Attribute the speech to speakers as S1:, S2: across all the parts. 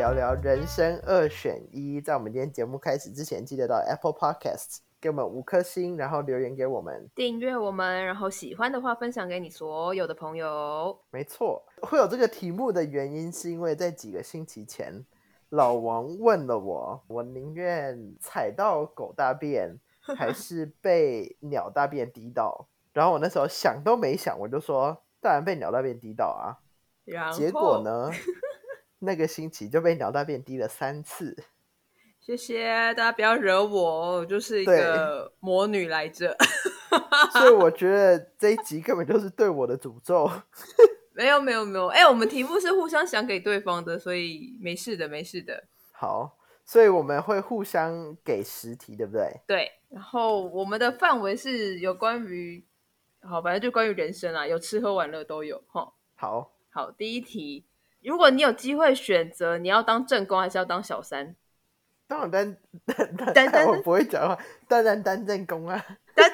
S1: 聊聊人生二选一。在我们今天节目开始之前，记得到 Apple Podcast 给我们5颗星，然后留言给我们，
S2: 订阅我们，然后喜欢的话分享给你所有的朋友。
S1: 没错，会有这个题目的原因是因为在几个星期前，老王问了我宁愿踩到狗大便还是被鸟大便滴到。然后我那时候想都没想，我就说当然被鸟大便滴到啊。
S2: 然后
S1: 结果呢那个星期就被鸟大便滴了3次。
S2: 谢谢大家，不要惹我，我就是一个魔女来着。
S1: 所以我觉得这一集根本就是对我的诅咒。
S2: 没有，我们题目是互相想给对方的，所以没事的。
S1: 好，所以我们会互相给10题，对不对？
S2: 对，然后我们的范围是有关于，反正就关于人生啊，有吃喝玩乐都有。好，第一题，如果你有机会选择，你要当正宫还是要当小三？
S1: 当然但我不会讲话，当然当正宫啊。
S2: 刚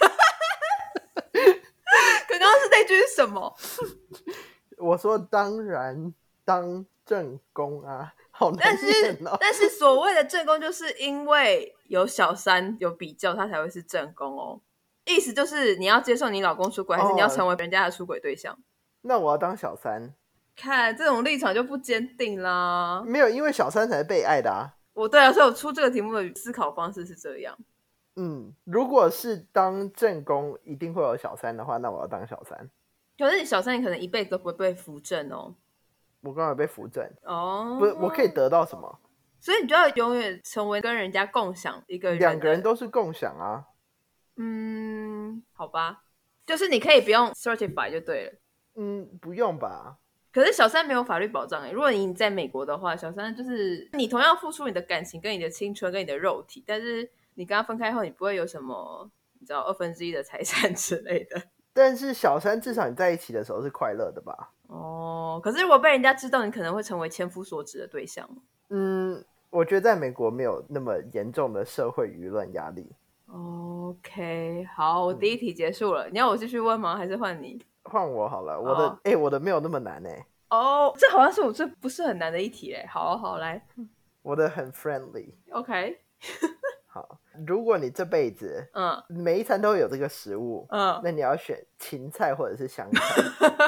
S2: 刚是那句是什么？
S1: 我说当然当正宫啊，好难念哦。
S2: 但是所谓的正宫，就是因为有小三有比较，他才会是正宫哦。意思就是你要接受你老公出轨，还是你要成为人家的出轨对象？
S1: 那我要当小三。
S2: 看这种立场就不坚定啦。
S1: 没有，因为小三才是被爱的啊。
S2: 对啊，所以我出这个题目的思考方式是这样。
S1: 如果是当正宫一定会有小三的话，那我要当小三。
S2: 可是你小三，你可能一辈子都不会被扶正哦。
S1: 我刚好被扶正
S2: 哦，
S1: 不是，我可以得到什么？
S2: 所以你就要永远成为跟人家共享一个人的，2
S1: 个人都是共享啊。
S2: 好吧，就是你可以不用 certify 就对了。
S1: 不用吧。
S2: 可是小三没有法律保障如果你在美国的话，小三就是你同样付出你的感情跟你的青春跟你的肉体，但是你跟他分开后，你不会有什么你知道1/2的财产之类的。
S1: 但是小三至少你在一起的时候是快乐的吧？
S2: 可是如果被人家知道，你可能会成为千夫所指的对象。
S1: 我觉得在美国没有那么严重的社会舆论压力。
S2: OK， 好，我第一题结束了。你要我继续问吗？还是换你？
S1: 换我好了。我的没有那么难
S2: 这好像是我最不是很难的一题好来，
S1: 我的很 friendly。
S2: OK。
S1: 好，如果你这辈子每一餐都有这个食物，那你要选芹菜或者是香菜？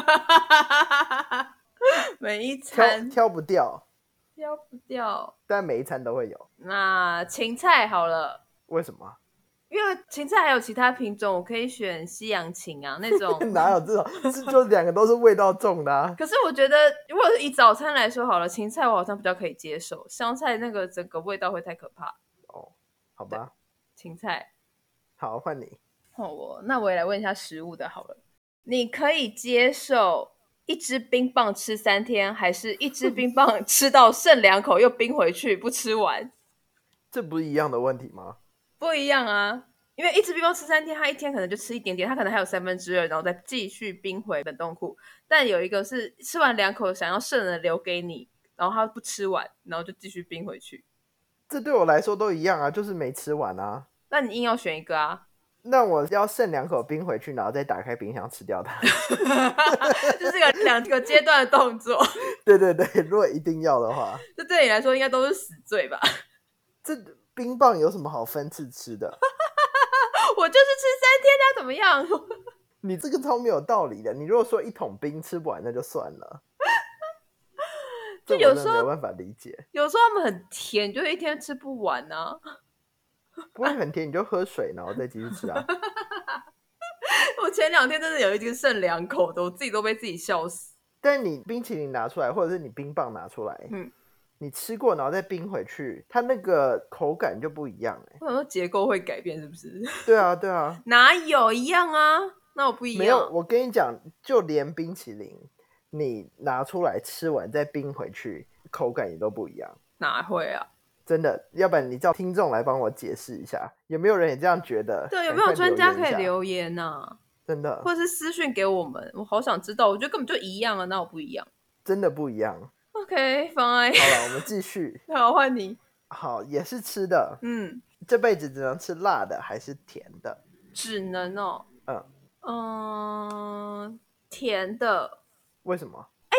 S2: 每一餐
S1: 挑不掉，但每一餐都会有。
S2: 那芹菜好了。
S1: 为什么？
S2: 因为芹菜还有其他品种，我可以选西洋芹啊那种。
S1: 哪有这种？就2个都是味道重的啊。
S2: 可是我觉得，如果是以早餐来说好了，芹菜我好像比较可以接受，香菜那个整个味道会太可怕。
S1: 好吧，
S2: 芹菜。
S1: 好，换你。
S2: 那我也来问一下食物的好了。你可以接受一支冰棒吃3天，还是一支冰棒吃到剩2口又冰回去不吃完？
S1: 这不是一样的问题吗？
S2: 不一样啊，因为一支冰棒吃3天，他一天可能就吃一点点，他可能还有2/3，然后再继续冰回冷冻库。但有一个是吃完2口，想要剩的留给你，然后他不吃完，然后就继续冰回去。
S1: 这对我来说都一样啊，就是没吃完啊。
S2: 那你硬要选一个啊？
S1: 那我要剩2口冰回去，然后再打开冰箱吃掉它。
S2: 这是2个阶段的动作。
S1: 对，如果一定要的话，
S2: 这对你来说应该都是死罪吧？
S1: 这冰棒有什么好分次吃的？
S2: 我就是吃3天，它怎么样？
S1: 你这个超没有道理的。你如果说一桶冰吃不完，那就算了。
S2: 就有时候
S1: 没有办法理解。
S2: 有时候他们很甜，就一天吃不完啊。
S1: 不会很甜，你就喝水，然后再继续吃啊。
S2: 我前2天真的有一个剩2口的，我自己都被自己笑死。
S1: 但你冰淇淋拿出来，或者是你冰棒拿出来，你吃过然后再冰回去，它那个口感就不一样。
S2: 我想说结构会改变是不是？
S1: 对啊。
S2: 哪有一样啊？那我不一样。
S1: 没有，我跟你讲，就连冰淇淋你拿出来吃完再冰回去，口感也都不一样。
S2: 哪会啊？
S1: 真的，要不然你叫听众来帮我解释一下，有没有人也这样觉得？
S2: 对，有没有专家可以留言啊？
S1: 真的，
S2: 或者是私讯给我们，我好想知道。我觉得根本就一样啊，那我不一样？
S1: 真的不一样。
S2: OK， fine。
S1: 好了，我们继续。
S2: 好，换你。
S1: 好，也是吃的。这辈子只能吃辣的还是甜的？
S2: 只能哦。甜的。
S1: 为什么？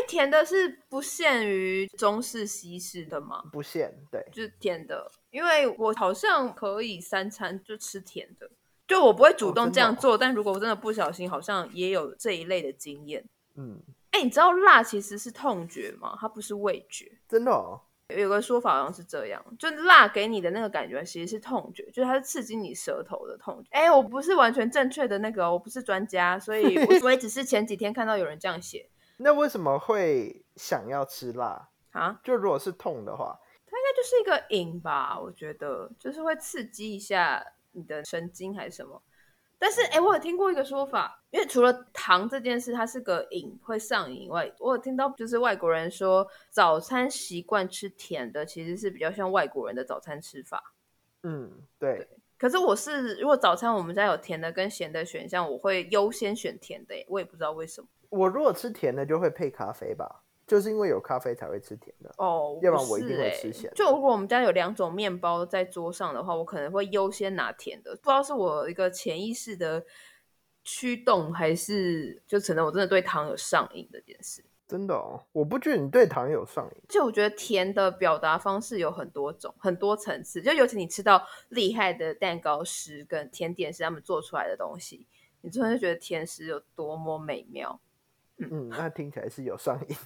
S2: 甜的是不限于中式西式的吗？
S1: 不限，对，
S2: 就是甜的，因为我好像可以3餐就吃甜的，就我不会主动这样做，但如果我真的不小心，好像也有这一类的经验。你知道辣其实是痛觉吗？它不是味觉。
S1: 真的哦。
S2: 有个说法好像是这样，就辣给你的那个感觉其实是痛觉，就是它是刺激你舌头的痛觉。我不是完全正确的那个，我不是专家，所以我也只是前几天看到有人这样写。
S1: 那为什么会想要吃辣
S2: 啊？
S1: 就如果是痛的话，
S2: 它应该就是一个瘾吧，我觉得就是会刺激一下你的神经还是什么。但是我有听过一个说法，因为除了糖这件事它是个瘾会上瘾以外，我有听到就是外国人说早餐习惯吃甜的其实是比较像外国人的早餐吃法。
S1: 对。
S2: 可是如果早餐我们家有甜的跟咸的选项，我会优先选甜的，我也不知道为什么。
S1: 我如果吃甜的就会配咖啡吧，就是因为有咖啡才会吃甜的要不然我一定会吃咸的。
S2: 就如果我们家有2种面包在桌上的话，我可能会优先拿甜的，不知道是我一个潜意识的驱动，还是就可能我真的对糖有上瘾这件事。
S1: 真的哦，我不觉得你对糖有上瘾。
S2: 就我觉得甜的表达方式有很多种，很多层次，就尤其你吃到厉害的蛋糕师跟甜点师他们做出来的东西，你真的就觉得甜食有多么美妙。
S1: 那听起来是有上瘾。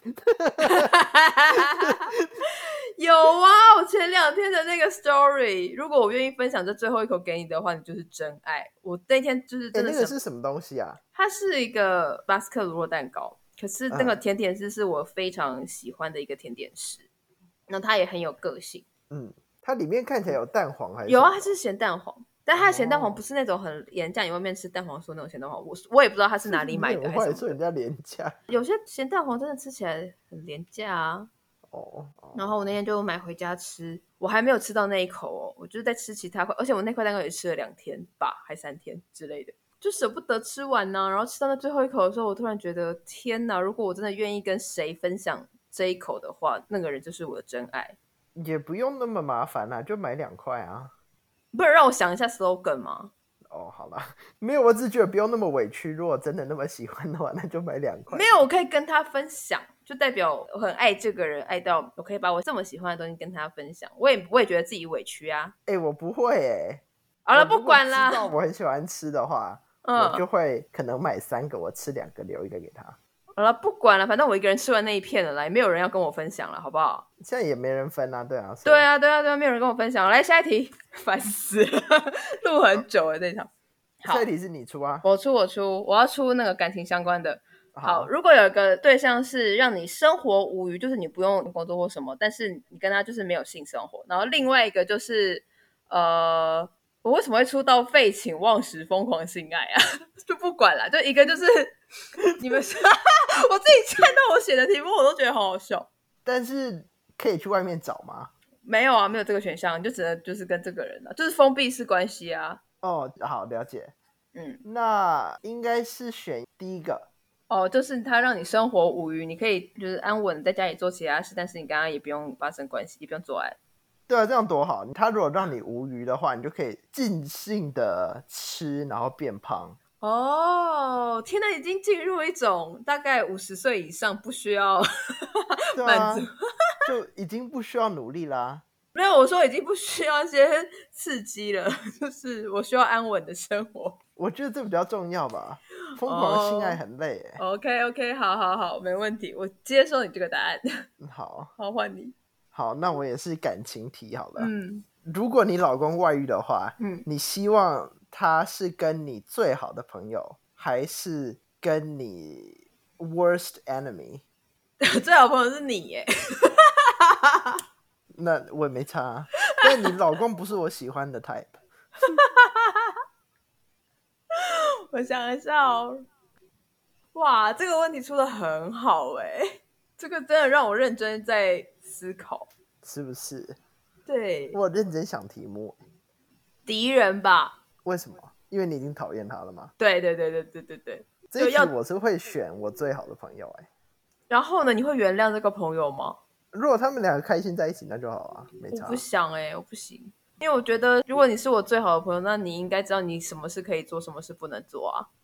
S2: 有啊，我前2天的那个 story， 如果我愿意分享这最后一口给你的话，你就是真爱。我那天就是真的
S1: 那个是什么东西啊？
S2: 它是一个巴斯克乳酪蛋糕，可是那个甜点师是我非常喜欢的一个甜点师，那他也很有个性。
S1: 它里面看起来有蛋黄还是？
S2: 有啊，它是咸蛋黄，但它的咸蛋黄不是那种很廉价，你外面吃蛋黄酥那种咸蛋黄，我也不知道它是哪里买的还是什么的。
S1: 说人家廉价，
S2: 有些咸蛋黄真的吃起来很廉价啊。然后我那天就买回家吃，我还没有吃到那一口我就是在吃其他块，而且我那块蛋糕也吃了2天吧，还3天之类的，就舍不得吃完呢。然后吃到那最后一口的时候，我突然觉得天哪，如果我真的愿意跟谁分享这一口的话，那个人就是我的真爱。
S1: 也不用那么麻烦就买2块啊。
S2: 不能让我想一下 slogan 吗？
S1: 好啦，没有，我只是觉得不用那么委屈。如果真的那么喜欢的话，那就买2块。
S2: 没有，我可以跟他分享，就代表我很爱这个人，爱到我可以把我这么喜欢的东西跟他分享。我也觉得自己委屈啊。
S1: 我不会
S2: 好了，不管啦。
S1: 知道我很喜欢吃的话，我就会可能买3个，我吃2个，留1个给他。
S2: 好了，不管了，反正我一个人吃完那一片了啦，也没有人要跟我分享了，好不好？
S1: 现在也没人分啊，对啊，
S2: 没有人跟我分享。来，下一题，烦死了，录很久了这场。
S1: 下一题是你出啊？
S2: 我出，我要出那个感情相关的。好，如果有一个对象是让你生活无虞，就是你不用工作或什么，但是你跟他就是没有性生活，然后另外一个就是我为什么会出到废寝忘食疯狂性爱啊？就不管啦，就一个就是你们说我自己看到我写的题目我都觉得好好笑。
S1: 但是可以去外面找吗？
S2: 没有啊，没有这个选项，你就只能就是跟这个人就是封闭式关系啊。
S1: 好，了解。那应该是选第一个。
S2: 就是他让你生活无虞，你可以就是安稳在家里做其他事，但是你跟他也不用发生关系，也不用做爱。
S1: 对啊，这样多好！他如果让你无虞的话，你就可以尽兴的吃，然后变胖。
S2: 天哪，已经进入一种大概50岁以上不需要满足，
S1: 就已经不需要努力啦。
S2: 没有，我说已经不需要一些刺激了，就是我需要安稳的生活。
S1: 我觉得这比较重要吧，疯狂性爱很累
S2: OK， 好，没问题，我接受你这个答案。
S1: 好，
S2: 换你。
S1: 好，那我也是感情题好了。如果你老公外遇的话，你希望他是跟你最好的朋友，还是跟你 worst enemy？
S2: 最好朋友是你耶。
S1: 那我也没差但你老公不是我喜欢的 type。
S2: 我想一下哇，这个问题出得很好这个真的让我认真在思考，
S1: 是不是？
S2: 对，
S1: 我认真想题目。
S2: 敌人吧？
S1: 为什么？因为你已经讨厌他了吗？
S2: 对。
S1: 这一题我是会选我最好的朋友
S2: 然后呢，你会原谅这个朋友吗？
S1: 如果他们两个开心在一起，那就好啊，没差。
S2: 我不想我不行，因为我觉得如果你是我最好的朋友，那你应该知道你什么事可以做，什么事不能做啊。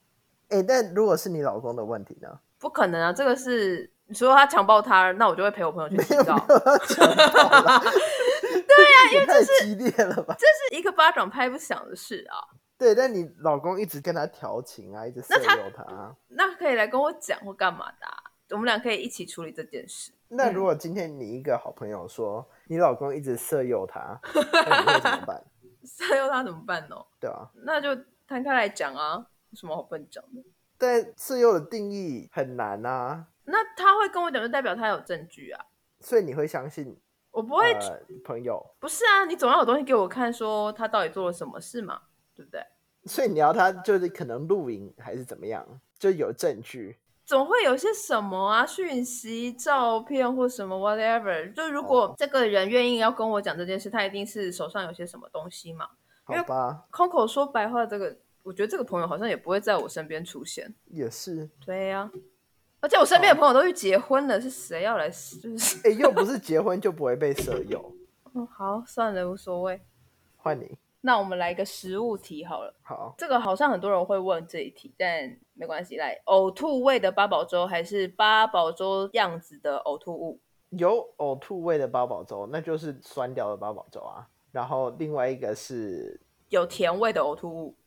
S1: 但如果是你老公的问题呢？
S2: 不可能啊，这个是你说他强暴他，那我就会陪我朋友去洗澡。
S1: 没有他强暴啦对啊，因为太激烈了吧？
S2: 这是一个巴掌拍不响的事啊。
S1: 对，但你老公一直跟他调情啊，一直色诱他，
S2: 那可以来跟我讲或干嘛的啊？我们俩可以一起处理这件事。
S1: 那如果今天你一个好朋友说你老公一直色诱他，那你会怎么办？
S2: 色诱他怎么办呢？
S1: 对啊，
S2: 那就摊开来讲啊，有什么好不能讲的？
S1: 但色诱的定义很难啊，
S2: 那他会跟我讲，就代表他有证据啊。
S1: 所以你会相信
S2: 我不会、
S1: 朋友？
S2: 不是啊，你总要有东西给我看，说他到底做了什么事嘛，对不对？
S1: 所以你要他就是可能录影还是怎么样，就有证据。
S2: 总会有些什么啊，讯息、照片或什么 whatever。就如果这个人愿意要跟我讲这件事，他一定是手上有些什么东西嘛。
S1: 好吧，
S2: 空口说白话，这个我觉得这个朋友好像也不会在我身边出现。
S1: 也是。
S2: 对呀、而且我身边的朋友都去结婚了，是谁要来？就是
S1: 又不是结婚就不会被色诱。
S2: 好，算了，无所谓。
S1: 换你。
S2: 那我们来一个食物题好了。
S1: 好，
S2: 这个好像很多人会问这一题，但没关系。来，呕吐味的八宝粥还是八宝粥样子的呕吐物？
S1: 有呕吐味的八宝粥，那就是酸掉的八宝粥啊。然后另外一个是
S2: 有甜味的呕吐物。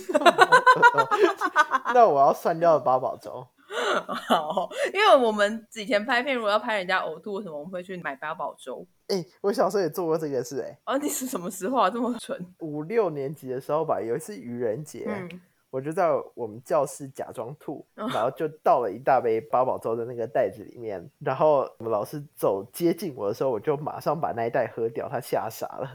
S1: 那我要酸掉的八宝粥。
S2: 好，因为我们以前拍片，如果要拍人家呕吐什么，我们会去买八宝粥。
S1: 我小时候也做过这个事。
S2: 你是什么时候啊？这么蠢
S1: ？5、6年级的时候吧，有一次愚人节，我就在我们教室假装吐，然后就倒了一大杯八宝粥的那个袋子里面，然后我们老师走接近我的时候，我就马上把那一袋喝掉，他吓傻了。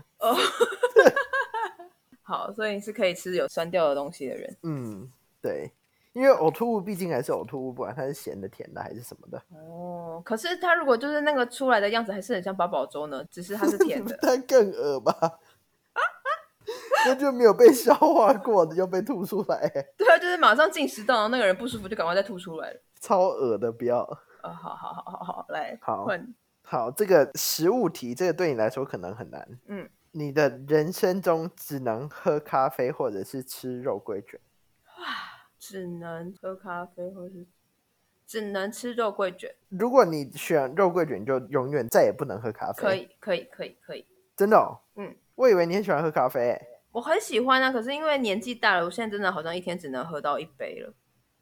S2: 好，所以你是可以吃有酸掉的东西的人。
S1: 对，因为呕吐物毕竟还是呕吐物，不管它是咸的、甜的还是什么的。
S2: 可是它如果就是那个出来的样子还是很像八宝粥呢，只是它是甜的。
S1: 它更恶吧？那就没有被消化过的又被吐出来。
S2: 对啊，就是马上进食道，然后那个人不舒服就赶快再吐出来了。
S1: 超恶的，不要。
S2: 好，来，
S1: 好，这个食物题，这个对你来说可能很难。你的人生中只能喝咖啡或者是吃肉桂卷。
S2: 只能喝咖啡或是只能吃肉桂卷。
S1: 如果你选肉桂卷，就永远再也不能喝咖啡。
S2: 可以。
S1: 真的哦？我以为你很喜欢喝咖啡。
S2: 我很喜欢啊，可是因为年纪大了，我现在真的好像一天只能喝到1杯了。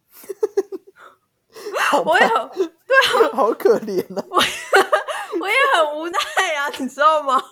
S2: 我也很对啊，
S1: 好可怜啊！
S2: 我也很无奈啊，你知道吗？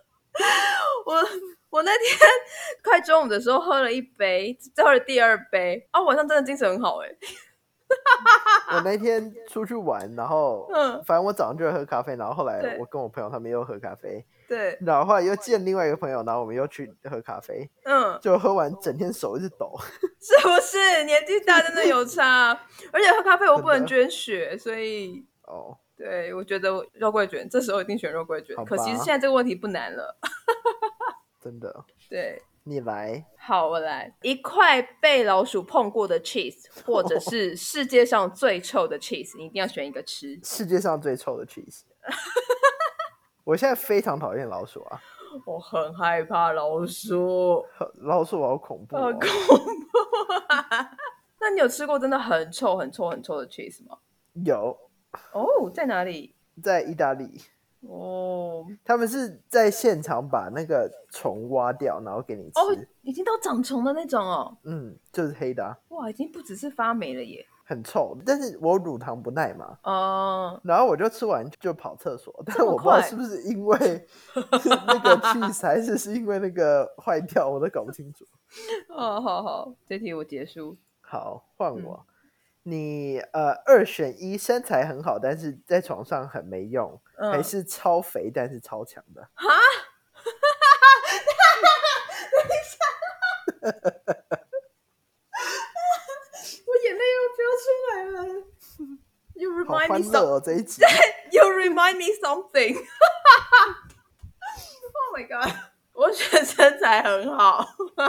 S2: 我那天快中午的时候喝了1杯，再喝了第2杯啊，晚上真的精神很好
S1: 我那天出去玩，然后反正我早上就会喝咖啡，然后后来我跟我朋友他们又喝咖啡，
S2: 对，
S1: 然后后来又见另外一个朋友，然后我们又去喝咖啡，就喝完整天手一直抖，
S2: 是不是？年纪大真的有差，而且喝咖啡我不能捐血，所以对，我觉得肉桂卷这时候一定选肉桂卷，可惜现在这个问题不难了。
S1: 真的。
S2: 对，
S1: 你来。
S2: 好，我来。1块被老鼠碰过的 cheese， 或者是世界上最臭的 cheese， 你一定要选一个吃。
S1: 世界上最臭的 cheese。我现在非常讨厌老鼠啊！
S2: 我很害怕老鼠，
S1: 老鼠好恐怖
S2: 好恐怖啊！那你有吃过真的很臭、很臭、很臭的 cheese 吗？
S1: 有。
S2: 在哪里？
S1: 在意大利。他们是在现场把那个虫挖掉，然后给你吃。
S2: 已经到长虫的那种哦。
S1: 就是黑的啊。
S2: 哇，已经不只是发霉了耶。
S1: 很臭，但是我乳糖不耐嘛，然后我就吃完就跑厕所，但我不知道是不是因为那个 cheese 还是因为那个坏掉，我都搞不清楚。
S2: 好，这题我结束。
S1: 好，换我。你2选1，身材很好，但是在床上很没用，还是超肥但是超强的？
S2: 哈？等一下。我眼泪又飙出来了。You remind me something.
S1: 这一集。
S2: You remind me something. Oh my god！ 我选身材很好。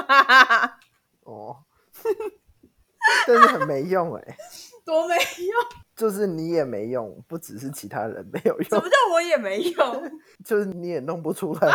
S1: 但是很没用
S2: 多没用？
S1: 就是你也没用，不只是其他人没有用。
S2: 什么叫我也没用？
S1: 就是你也弄不出来。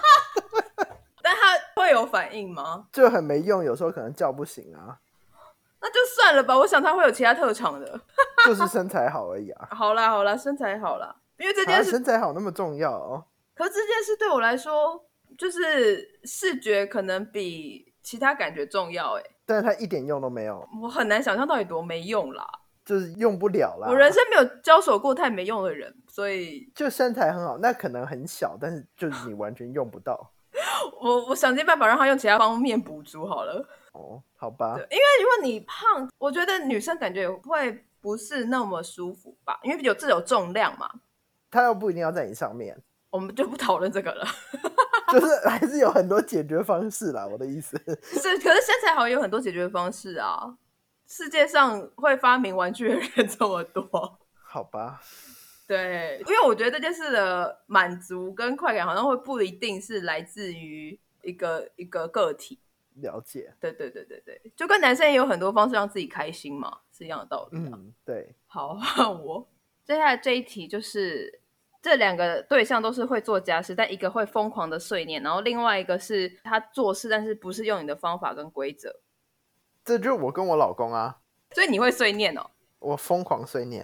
S2: 但他会有反应吗？
S1: 就很没用，有时候可能叫不醒啊。
S2: 那就算了吧，我想他会有其他特长的。
S1: 就是身材好而已啊。
S2: 好啦好啦，身材好啦，因为这件事，
S1: 身材好那么重要哦。
S2: 可是这件事对我来说，就是视觉可能比其他感觉重要欸。
S1: 但是他一点用都没有，
S2: 我很难想象到底多没用啦。
S1: 就是用不了啦。
S2: 我人生没有交手过太没用的人，所以
S1: 就身材很好，那可能很小，但是就是你完全用不到。
S2: 我想尽办法让他用其他方面补足好了。
S1: 哦，好吧。
S2: 对，因为如果你胖，我觉得女生感觉会不是那么舒服吧，因为有重量嘛。
S1: 他又不一定要在你上面，
S2: 我们就不讨论这个了。
S1: 就是还是有很多解决方式啦。我的意思
S2: 是，可是身材好也有很多解决方式啊。世界上会发明玩具的人这么多，
S1: 好吧。
S2: 对，因为我觉得这件事的满足跟快感好像会不一定是来自于一个个体。
S1: 了解。
S2: 对对对对对，就跟男生也有很多方式让自己开心嘛，是一样的道理啊。
S1: 对。
S2: 好，我接下来这一题就是这两个对象都是会做家事，但一个会疯狂的碎念，然后另外一个是他做事但是不是用你的方法跟规则。
S1: 这就是我跟我老公啊。
S2: 所以你会碎念哦？
S1: 我疯狂碎念。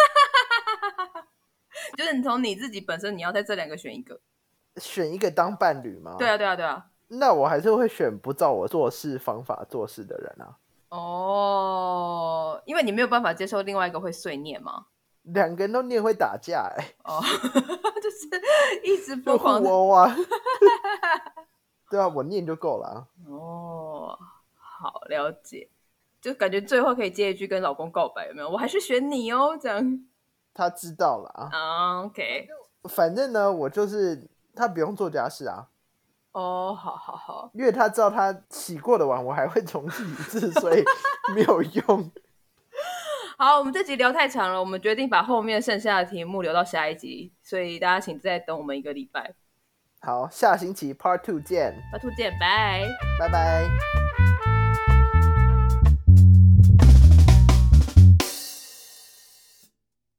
S2: 就是你从你自己本身，你要在这两个选一个，
S1: 选一个当伴侣吗？
S2: 对啊对啊对啊。
S1: 那我还是会选不照我做事方法做事的人啊。
S2: 哦，因为你没有办法接受另外一个会碎念吗？
S1: 两个人都念会打架
S2: 哦，就是一直疯狂
S1: 的互殴啊。对啊，我念就够了啊。
S2: 哦，好了解，就感觉最后可以接一句跟老公告白，有没有？我还是选你哦，这样。
S1: 他知道了
S2: 啊，OK。
S1: 反正呢，我就是他不用做家事啊。
S2: 哦，好好好，
S1: 因为他知道他洗过的碗我还会重洗一次，所以没有用。
S2: 好，我们这集聊太长了，我们决定把后面剩下的题目留到下一集，所以大家请再等我们1个礼拜。
S1: 好，下星期 Part 2见。
S2: Part 2见，拜
S1: 拜拜。